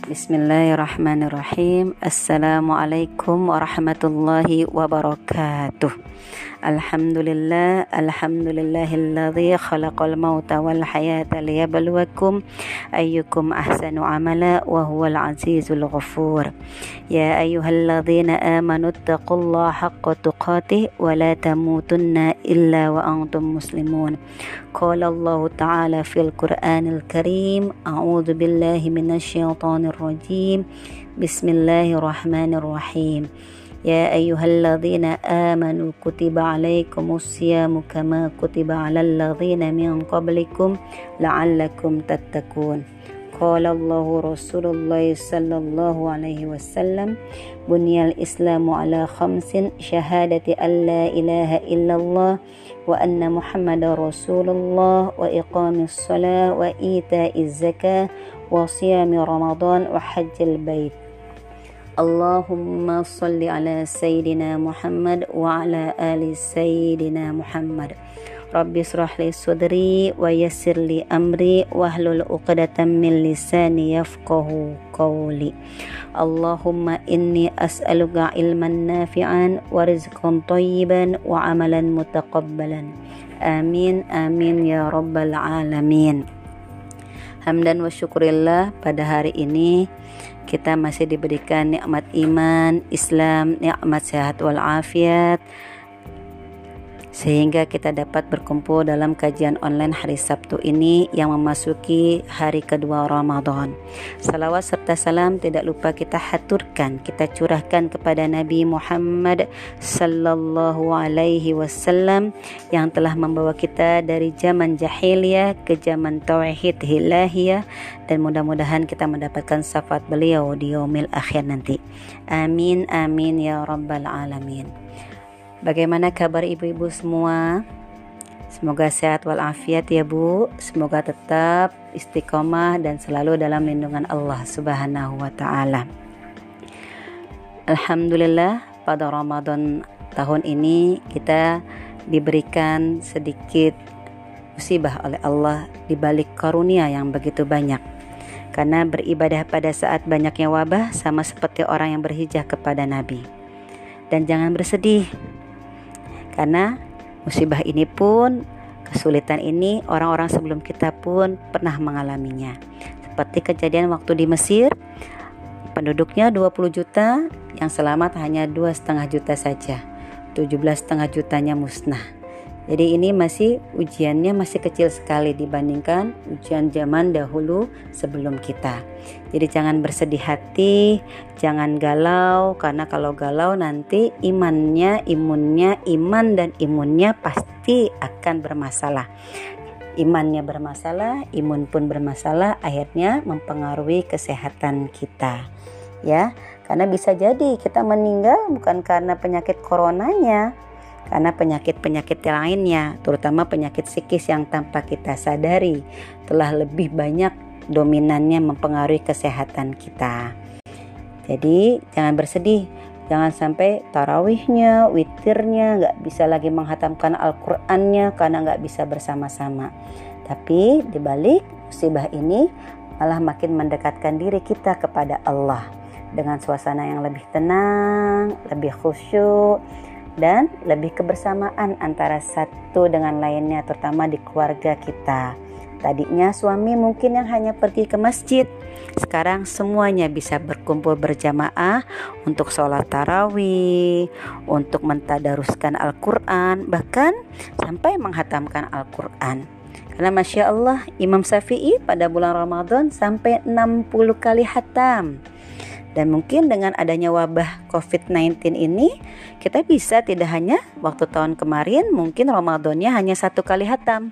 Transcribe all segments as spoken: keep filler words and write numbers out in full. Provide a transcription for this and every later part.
Bismillahirrahmanirrahim. Assalamualaikum warahmatullahi wabarakatuh. Alhamdulillah, alhamdulillahilladzi khalaqal mauta wal hayata liyabluwakum ayyukum ahsanu amala wa huwal azizul ghafur. Ya ayyuhalladzina amanu taqullaha haqqa tuqatih wa la tamutunna illa wa antum muslimun. Qala Allah ta'ala fil Qur'anil Karim, a'udzu billahi minasyaitonir rajim. Bismillahirrahmanirrahim. Ya ayyuhalladzina amanu kutiba alaikumus siyamu kama kutiba alal ladzina min qablikum la'allakum tattaqun. Qala Allahu Rasulullah sallallahu alaihi wasallam, bunyal islamu ala khamsin, syahadati an la ilaha illallah wa anna muhammadar rasulullah wa iqamis shalah wa ita'iz zakah wa siyami ramadan wa hajjil bait. Allahumma salli ala Sayyidina Muhammad wa ala ali Sayyidina Muhammad. Rabbi israh li sadri wa yassir li amri wahlul uqdatam min lisani yafqahu qawli. Allahumma inni as'aluka ilman nafi'an wa rizqan thayyiban wa amalan mutaqabbalan. Amin amin ya rabbal alamin. Hamdan wa syukurillah, pada hari ini kita masih diberikan nikmat iman, Islam, nikmat sehat wal afiat, sehingga kita dapat berkumpul dalam kajian online hari Sabtu ini yang memasuki hari kedua Ramadan. Salawat serta salam tidak lupa kita haturkan, kita curahkan kepada Nabi Muhammad sallallahu alaihi wasallam yang telah membawa kita dari zaman jahiliyah ke zaman tauhid hilahiyah, dan mudah-mudahan kita mendapatkan syafaat beliau di yaumil akhir nanti. Amin amin ya rabbal alamin. Bagaimana kabar ibu-ibu semua? Semoga sehat walafiat ya Bu. Semoga tetap istiqomah dan selalu dalam lindungan Allah Subhanahu wa taala. Alhamdulillah, pada Ramadan tahun ini kita diberikan sedikit musibah oleh Allah di balik karunia yang begitu banyak. Karena beribadah pada saat banyaknya wabah sama seperti orang yang berhijrah kepada Nabi. Dan jangan bersedih, karena musibah ini pun, kesulitan ini orang-orang sebelum kita pun pernah mengalaminya. Seperti kejadian waktu di Mesir, penduduknya dua puluh juta, yang selamat hanya dua koma lima juta saja, tujuh belas koma lima jutanya musnah. Jadi ini masih ujiannya masih kecil sekali dibandingkan ujian zaman dahulu sebelum kita. Jadi jangan bersedih hati, jangan galau, karena kalau galau nanti imannya, imunnya, iman dan imunnya pasti akan bermasalah. Imannya bermasalah, imun pun bermasalah, akhirnya mempengaruhi kesehatan kita. Ya, karena bisa jadi kita meninggal bukan karena penyakit coronanya, karena penyakit-penyakit lainnya, terutama penyakit psikis yang tanpa kita sadari telah lebih banyak dominannya mempengaruhi kesehatan kita. Jadi jangan bersedih, jangan sampai tarawihnya, witirnya gak bisa lagi menghatamkan Al-Qur'annya karena gak bisa bersama-sama. Tapi dibalik musibah ini malah makin mendekatkan diri kita kepada Allah dengan suasana yang lebih tenang, lebih khusyuk, dan lebih kebersamaan antara satu dengan lainnya, terutama di keluarga kita. Tadinya suami mungkin yang hanya pergi ke masjid, sekarang semuanya bisa berkumpul berjamaah untuk sholat tarawih, untuk mentadaruskan Al-Quran, bahkan sampai menghatamkan Al-Quran. Karena Masya Allah, Imam Syafi'i pada bulan Ramadan sampai enam puluh kali hatam. Dan mungkin dengan adanya wabah covid sembilan belas ini, kita bisa tidak hanya waktu tahun kemarin, mungkin Ramadannya hanya satu kali hatam.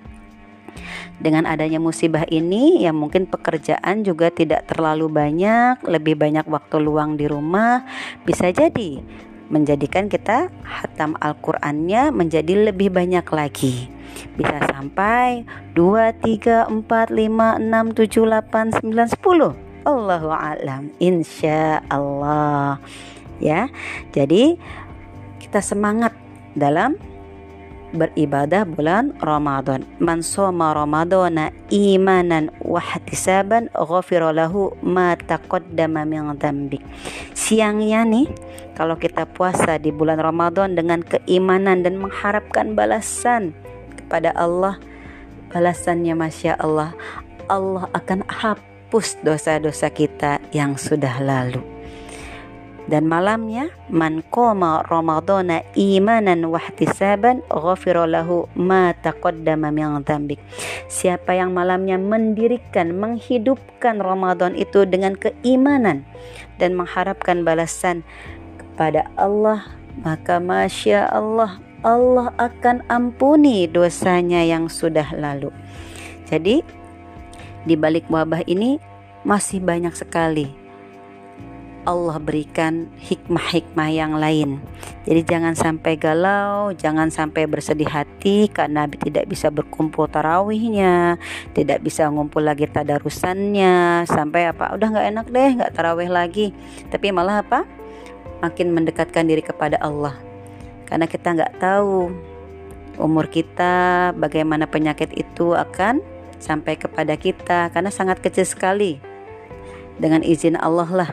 Dengan adanya musibah ini, ya mungkin pekerjaan juga tidak terlalu banyak, lebih banyak waktu luang di rumah, bisa jadi menjadikan kita hatam Al-Qur'annya menjadi lebih banyak lagi. Bisa sampai dua, tiga, empat, lima, enam, tujuh, delapan, sembilan, sepuluh. Allahu a'lam, insya Allah. Ya, jadi kita semangat dalam beribadah bulan Ramadan. Man shoma Ramadana imanan wa ihtisaban ghafira lahu ma taqaddama min dzambik. Siangnya nih, kalau kita puasa di bulan Ramadan dengan keimanan dan mengharapkan balasan kepada Allah, balasannya Masya Allah, Allah akan hapus dosa-dosa kita yang sudah lalu. Dan malamnya, man qoma ramadhana imanan wa ihtisaban ghafira lahu ma taqaddama min dzambik. Siapa yang malamnya mendirikan, menghidupkan Ramadan itu dengan keimanan dan mengharapkan balasan kepada Allah, maka Masya Allah, Allah akan ampuni dosanya yang sudah lalu. Jadi di balik wabah ini masih banyak sekali Allah berikan hikmah-hikmah yang lain. Jadi jangan sampai galau, jangan sampai bersedih hati karena tidak bisa berkumpul tarawihnya, tidak bisa ngumpul lagi tadarusannya, sampai apa, udah gak enak deh, gak tarawih lagi. Tapi malah apa? Makin mendekatkan diri kepada Allah. Karena kita gak tahu umur kita, bagaimana penyakit itu akan sampai kepada kita, karena sangat kecil sekali. Dengan izin Allah lah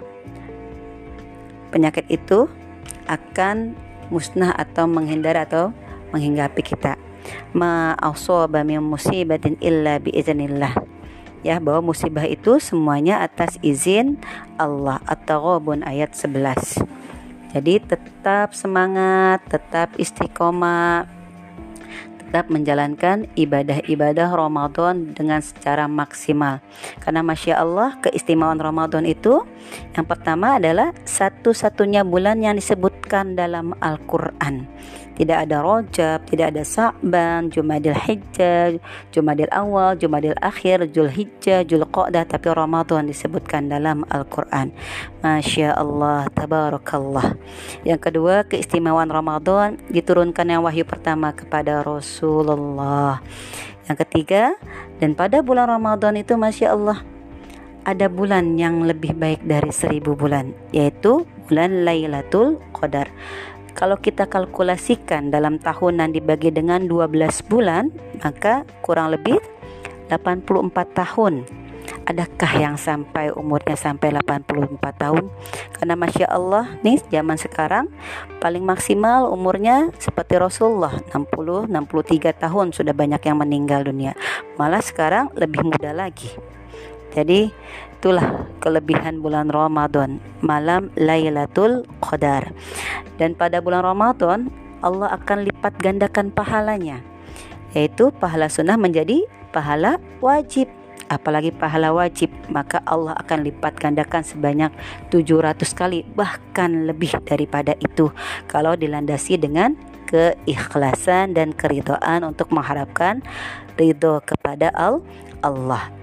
penyakit itu akan musnah atau menghindar atau menghinggapi kita. Ma asaba min musibatin illa bi iznillah. Ya, bahwa musibah itu semuanya atas izin Allah. At-Taghabun ayat sebelas. Jadi tetap semangat, tetap istiqomah, tetap menjalankan ibadah-ibadah Ramadan dengan secara maksimal. Karena Masya Allah, keistimewaan Ramadan itu yang pertama adalah satu-satunya bulan yang disebutkan dalam Al-Quran. Tidak ada Rajab, tidak ada Sa'ban, Jumadil Hijjah, Jumadil Awal, Jumadil Akhir, Zulhijjah, Zulqa'dah, tapi Ramadan disebutkan dalam Al-Quran. Masya Allah, tabarakallah. Yang kedua, keistimewaan Ramadan diturunkan yang wahyu pertama kepada Rasulullah. Yang ketiga, dan pada bulan Ramadan itu Masya Allah, ada bulan yang lebih baik dari seribu bulan, yaitu bulan Lailatul Qadar. Kalau kita kalkulasikan dalam tahunan dibagi dengan dua belas bulan, maka kurang lebih delapan puluh empat tahun. Adakah yang sampai umurnya sampai delapan puluh empat tahun? Karena Masya Allah nih zaman sekarang paling maksimal umurnya seperti Rasulullah enam puluh enam puluh tiga tahun, sudah banyak yang meninggal dunia. Malah sekarang lebih muda lagi. Jadi itulah kelebihan bulan Ramadan, malam Lailatul Qadar. Dan pada bulan Ramadan Allah akan lipat gandakan pahalanya, yaitu pahala sunnah menjadi pahala wajib. Apalagi pahala wajib, maka Allah akan lipat gandakan sebanyak tujuh ratus kali, bahkan lebih daripada itu, kalau dilandasi dengan keikhlasan dan keridhaan untuk mengharapkan ridho kepada Allah.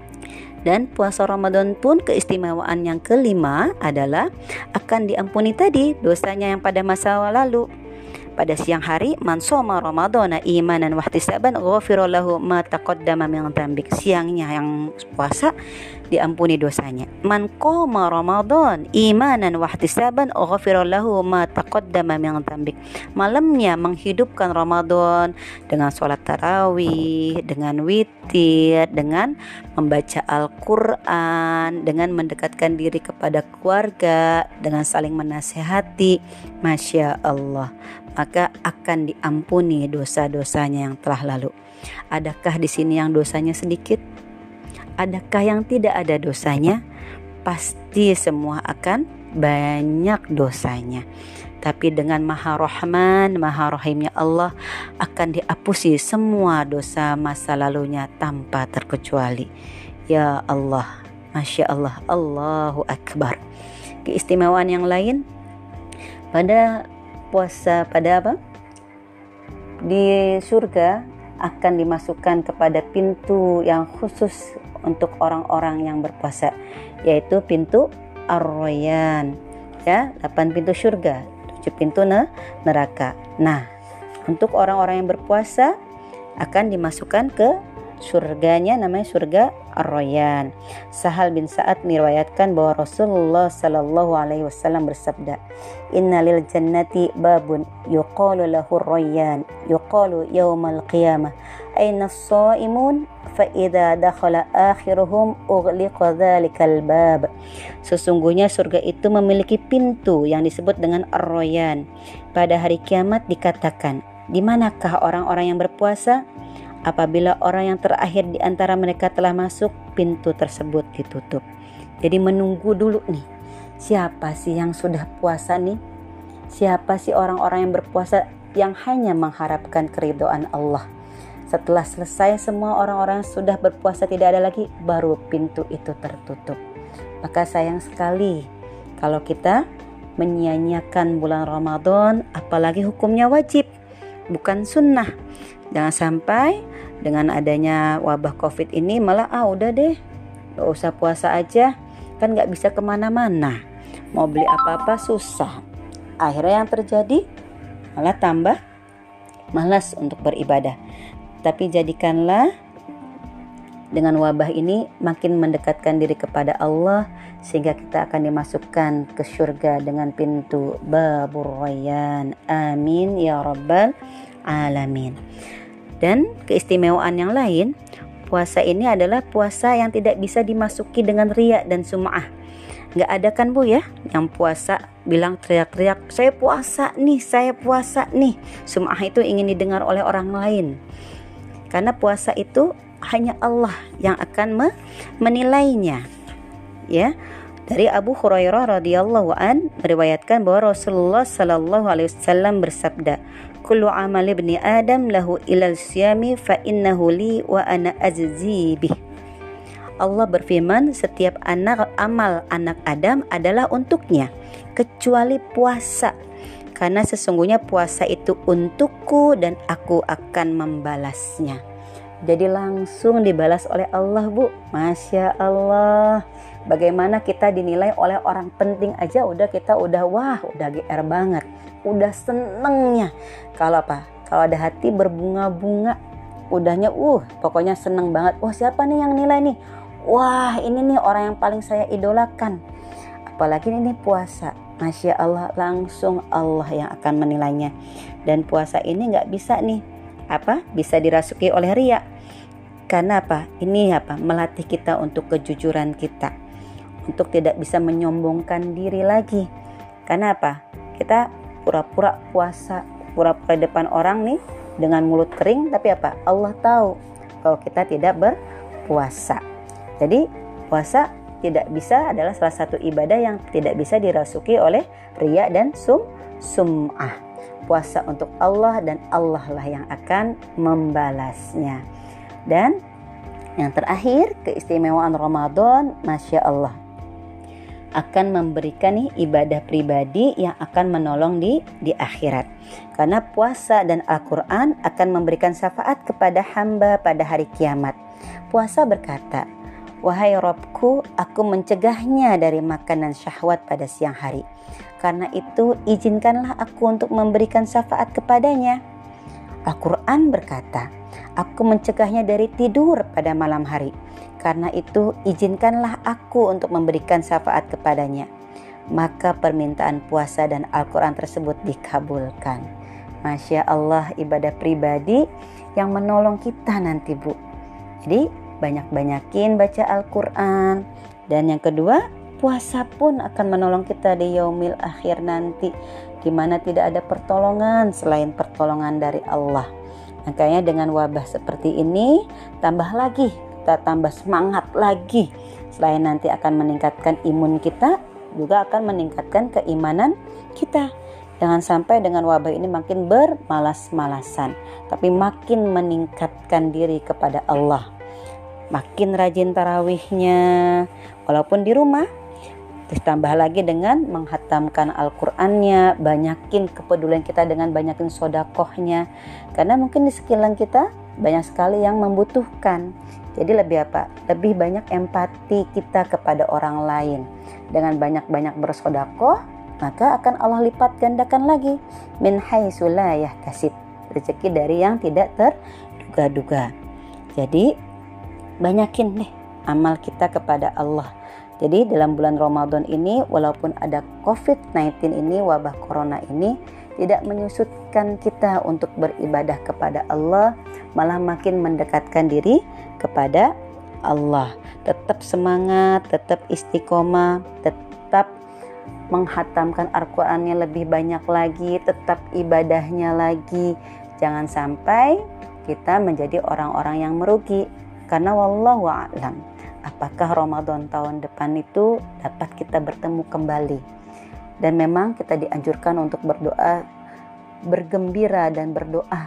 Dan puasa Ramadan pun keistimewaan yang kelima adalah akan diampuni tadi dosanya yang pada masa lalu. Pada siang hari, man shoma ramadhana imanan wa ihtisaban ghafira lahu ma taqaddama min dzambik. Siangnya yang puasa diampuni dosanya. Man qama ramadhan imanan wa ihtisaban ghafira lahu ma taqaddama min dzambik. Malamnya menghidupkan Ramadan dengan sholat tarawih, dengan witir, dengan membaca Al-Quran, dengan mendekatkan diri kepada keluarga, dengan saling menasihati. Masya Allah, maka akan diampuni dosa-dosanya yang telah lalu. Adakah di sini yang dosanya sedikit? Adakah yang tidak ada dosanya? Pasti semua akan banyak dosanya. Tapi dengan Maha Rahman, Maha Rahimnya Allah akan dihapusi semua dosa masa lalunya tanpa terkecuali. Ya Allah, Masya Allah, Allahu Akbar. Keistimewaan yang lain pada puasa, pada apa? Di surga akan dimasukkan kepada pintu yang khusus untuk orang-orang yang berpuasa, yaitu pintu Ar-Rayyan. Ya, delapan pintu surga, tujuh pintu neraka. Nah, untuk orang-orang yang berpuasa akan dimasukkan ke surganya namanya surga Ar-Rayyan. Sahal bin Sa'ad meriwayatkan bahwa Rasulullah sallallahu alaihi wasallam bersabda, "Innalil jannati babun yuqalu lahu Ar-Rayyan, yuqalu yaumal qiyamah, aina as-shaimun fa idza dakhala akhiruhum ughliqa dzalikal bab." Sesungguhnya surga itu memiliki pintu yang disebut dengan Ar-Rayyan. Pada hari kiamat dikatakan, "Di manakah orang-orang yang berpuasa?" Apabila orang yang terakhir di antara mereka telah masuk, pintu tersebut ditutup. Jadi menunggu dulu nih, siapa sih yang sudah puasa nih? Siapa sih orang-orang yang berpuasa yang hanya mengharapkan keridhaan Allah? Setelah selesai semua orang-orang yang sudah berpuasa tidak ada lagi, baru pintu itu tertutup. Maka sayang sekali kalau kita menyia-nyiakan bulan Ramadan, apalagi hukumnya wajib, bukan sunnah. Jangan sampai dengan adanya wabah covid ini malah ah udah deh gak usah puasa aja, kan gak bisa kemana-mana, mau beli apa-apa susah. Akhirnya yang terjadi malah tambah malas untuk beribadah. Tapi jadikanlah dengan wabah ini makin mendekatkan diri kepada Allah, sehingga kita akan dimasukkan ke surga dengan pintu Babur Rayyan. Amin ya rabbal alamin. Dan keistimewaan yang lain, puasa ini adalah puasa yang tidak bisa dimasuki dengan riya dan sum'ah. Gak ada kan Bu ya yang puasa bilang teriak-teriak, saya puasa nih, saya puasa nih. Sum'ah itu ingin didengar oleh orang lain. Karena puasa itu hanya Allah yang akan menilainya. Ya. Dari Abu Hurairah radhiyallahu an meriwayatkan bahwa Rasulullah sallallahu alaihi wasallam bersabda, "Kullu amal ibni Adam lahu ilal siyami fa innahu li wa ana ajzi bih." Allah berfirman, setiap anak amal anak Adam adalah untuknya kecuali puasa, karena sesungguhnya puasa itu untukku dan aku akan membalasnya. Jadi langsung dibalas oleh Allah Bu. Masya Allah. Bagaimana kita dinilai oleh orang penting aja udah kita udah wah udah G R banget, udah senengnya. Kalau apa? Kalau ada hati berbunga-bunga, udahnya uh pokoknya seneng banget. Wah siapa nih yang nilai nih? Wah ini nih orang yang paling saya idolakan. Apalagi ini puasa, Masya Allah, langsung Allah yang akan menilainya. Dan puasa ini nggak bisa nih apa bisa dirasuki oleh riya. Karena apa? Ini apa? Melatih kita untuk kejujuran kita, untuk tidak bisa menyombongkan diri lagi. Karena apa? Kita pura-pura puasa, pura-pura depan orang nih dengan mulut kering, tapi apa? Allah tahu kalau kita tidak berpuasa. Jadi puasa tidak bisa adalah salah satu ibadah yang tidak bisa dirasuki oleh riya dan sum sum'ah. Puasa untuk Allah dan Allah lah yang akan membalasnya. Dan yang terakhir, keistimewaan Ramadan, Masya Allah, akan memberikan nih ibadah pribadi yang akan menolong di di akhirat. Karena puasa dan Al-Quran akan memberikan syafaat kepada hamba pada hari kiamat. Puasa berkata, "Wahai Rabbku, aku mencegahnya dari makanan syahwat pada siang hari. Karena itu izinkanlah aku untuk memberikan syafaat kepadanya." Al-Quran berkata, "Aku mencegahnya dari tidur pada malam hari. Karena itu izinkanlah aku untuk memberikan syafaat kepadanya." Maka permintaan puasa dan Al-Quran tersebut dikabulkan. Masya Allah, ibadah pribadi yang menolong kita nanti Bu. Jadi banyak-banyakin baca Al-Quran. Dan yang kedua, puasa pun akan menolong kita di yaumil akhir nanti, di mana tidak ada pertolongan selain pertolongan dari Allah. Makanya dengan wabah seperti ini, tambah lagi, kita tambah semangat lagi. Selain nanti akan meningkatkan imun kita, juga akan meningkatkan keimanan kita. Jangan sampai dengan wabah ini makin bermalas-malasan, tapi makin meningkatkan diri kepada Allah. Makin rajin tarawihnya, walaupun di rumah. Ditambah lagi dengan menghatamkan Al-Qur'annya, banyakin kepedulian kita dengan banyakin sodakohnya. Karena mungkin di sekeliling kita banyak sekali yang membutuhkan. Jadi lebih apa? Lebih banyak empati kita kepada orang lain. Dengan banyak-banyak bersodakoh, maka akan Allah lipat gandakan lagi. Min haitsu la yahtasib. Rezeki dari yang tidak terduga-duga. Jadi banyakin deh amal kita kepada Allah. Jadi dalam bulan Ramadan ini, walaupun ada covid sembilan belas ini, wabah corona ini, tidak menyusutkan kita untuk beribadah kepada Allah, malah makin mendekatkan diri kepada Allah. Tetap semangat, tetap istiqomah, tetap menghatamkan Al-Qur'annya lebih banyak lagi, tetap ibadahnya lagi. Jangan sampai kita menjadi orang-orang yang merugi. Karena wallahu a'lam, apakah Ramadan tahun depan itu dapat kita bertemu kembali. Dan memang kita dianjurkan untuk berdoa, bergembira dan berdoa,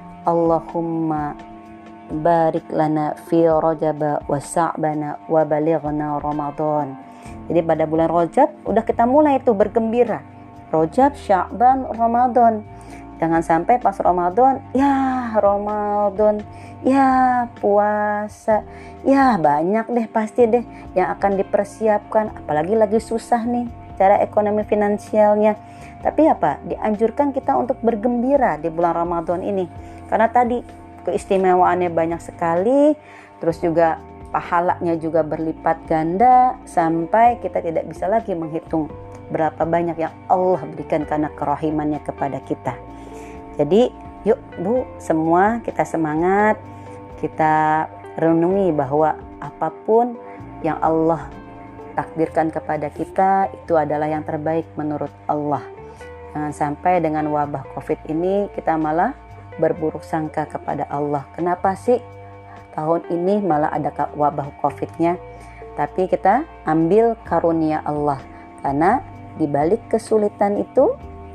Allahumma barik lana fi Rajab wa Sa'bana wa balighna Ramadan. Jadi pada bulan Rajab udah kita mulai itu bergembira. Rajab, Sya'ban, Ramadan. Jangan sampai pas Ramadan, ya Ramadan, ya puasa, ya banyak deh pasti deh yang akan dipersiapkan. Apalagi lagi susah nih cara ekonomi finansialnya. Tapi apa? Dianjurkan kita untuk bergembira di bulan Ramadan ini. Karena tadi keistimewaannya banyak sekali, terus juga pahalanya juga berlipat ganda, sampai kita tidak bisa lagi menghitung berapa banyak yang Allah berikan karena kerahimannya kepada kita. Jadi yuk Bu, semua kita semangat, kita renungi bahwa apapun yang Allah takdirkan kepada kita itu adalah yang terbaik menurut Allah. Jangan sampai dengan wabah covid ini kita malah berburuk sangka kepada Allah. Kenapa sih tahun ini malah ada wabah covidnya? Tapi kita ambil karunia Allah, karena di balik kesulitan itu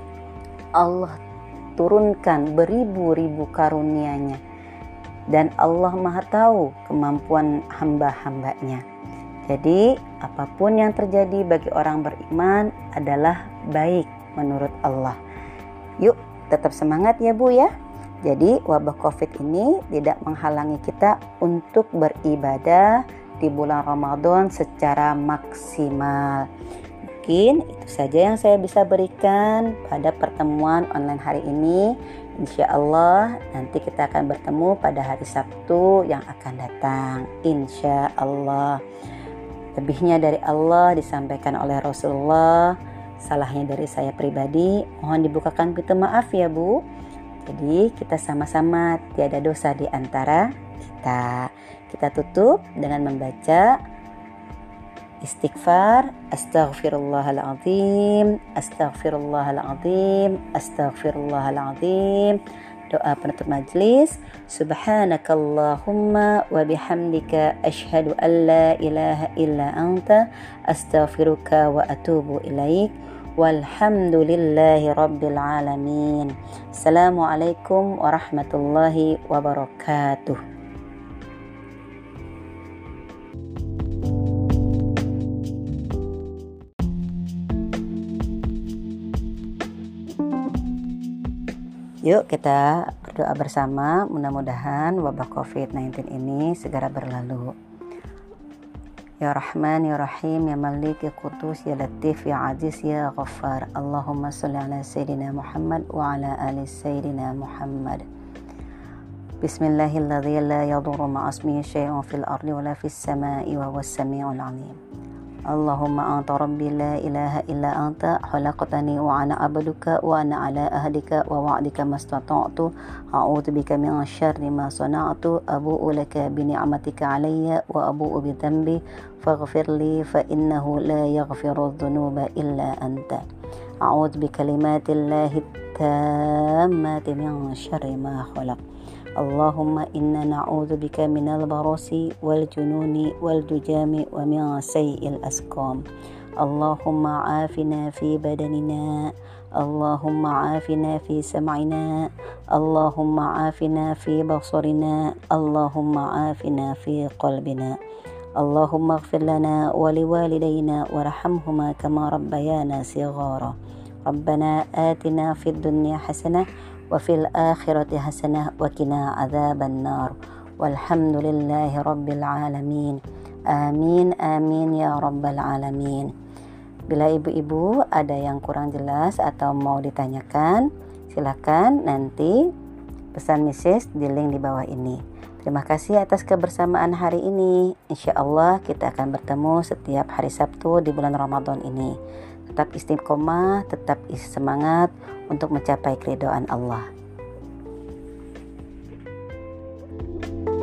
Allah turunkan beribu-ribu karunia-Nya, dan Allah Maha tahu kemampuan hamba-hambanya. Jadi apapun yang terjadi bagi orang beriman adalah baik menurut Allah. Yuk tetap semangat ya Bu ya. Jadi wabah covid ini tidak menghalangi kita untuk beribadah di bulan Ramadan secara maksimal. Mungkin itu saja yang saya bisa berikan pada pertemuan online hari ini. Insya Allah nanti kita akan bertemu pada hari Sabtu yang akan datang. Insya Allah. Lebihnya dari Allah disampaikan oleh Rasulullah. Salahnya dari saya pribadi. Mohon dibukakan pintu maaf ya Bu. Jadi kita sama-sama tiada dosa di antara kita. Kita tutup dengan membaca istighfar, astaghfirullahaladzim, astaghfirullahaladzim, astaghfirullahaladzim. Doa penutup majlis, subhanakallahumma wa bihamdika asyhadu an la ilaha illa anta astaghfiruka wa atubu ilaik. Walhamdulillahi rabbil alamin. Assalamualaikum warahmatullahi wabarakatuh. Yuk kita berdoa bersama, mudah-mudahan wabah covid sembilan belas ini segera berlalu. Ya Rahman, Ya Rahim, Ya Malik, Ya Qudus, Ya Latif, Ya Aziz, Ya Ghaffar. Allahumma salli ala Sayyidina Muhammad wa ala ali Sayyidina Muhammad. Bismillahilladzi la yadurru ma'asmihi syai'un fil ardi wa la fis sama'i wa huwas sami'ul 'alim. Allahumma anta rabbi la ilaha illa anta khalaqtani wa ana abduka wa ana ala ahdika wa wa'dika mastata'tu a'udzu bika min syarri ma sana'tu abu'u laka bi ni'matika alayya wa abu'u bi dhanbi faghfir li fa innahu la yaghfiru dhunuba illa anta a'udzu bi kalimatillahi tammati min syarri ma khalaq. Allahumma inna na'udzu bika minal barasi wal jununi wal jujami wa min sayyi'il asqam. Allahumma afina fi badanina, Allahumma afina fi sam'ina, Allahumma afina fi basarina, Allahumma afina fi qalbina. Allahumma ighfir lana wa liwalidayna warhamhuma kama rabbayana shighara. Rabbana atina fid dunya hasanah wa fil akhirati hasanah wa qina adzaban nar. Walhamdulillahi rabbil alamin. Amin amin ya rabbal alamin. Bila ibu-ibu ada yang kurang jelas atau mau ditanyakan, silakan nanti pesan message di link di bawah ini. Terima kasih atas kebersamaan hari ini. Insya Allah kita akan bertemu setiap hari Sabtu di bulan Ramadan ini. Tetap istiqomah, tetap semangat untuk mencapai keridhaan Allah.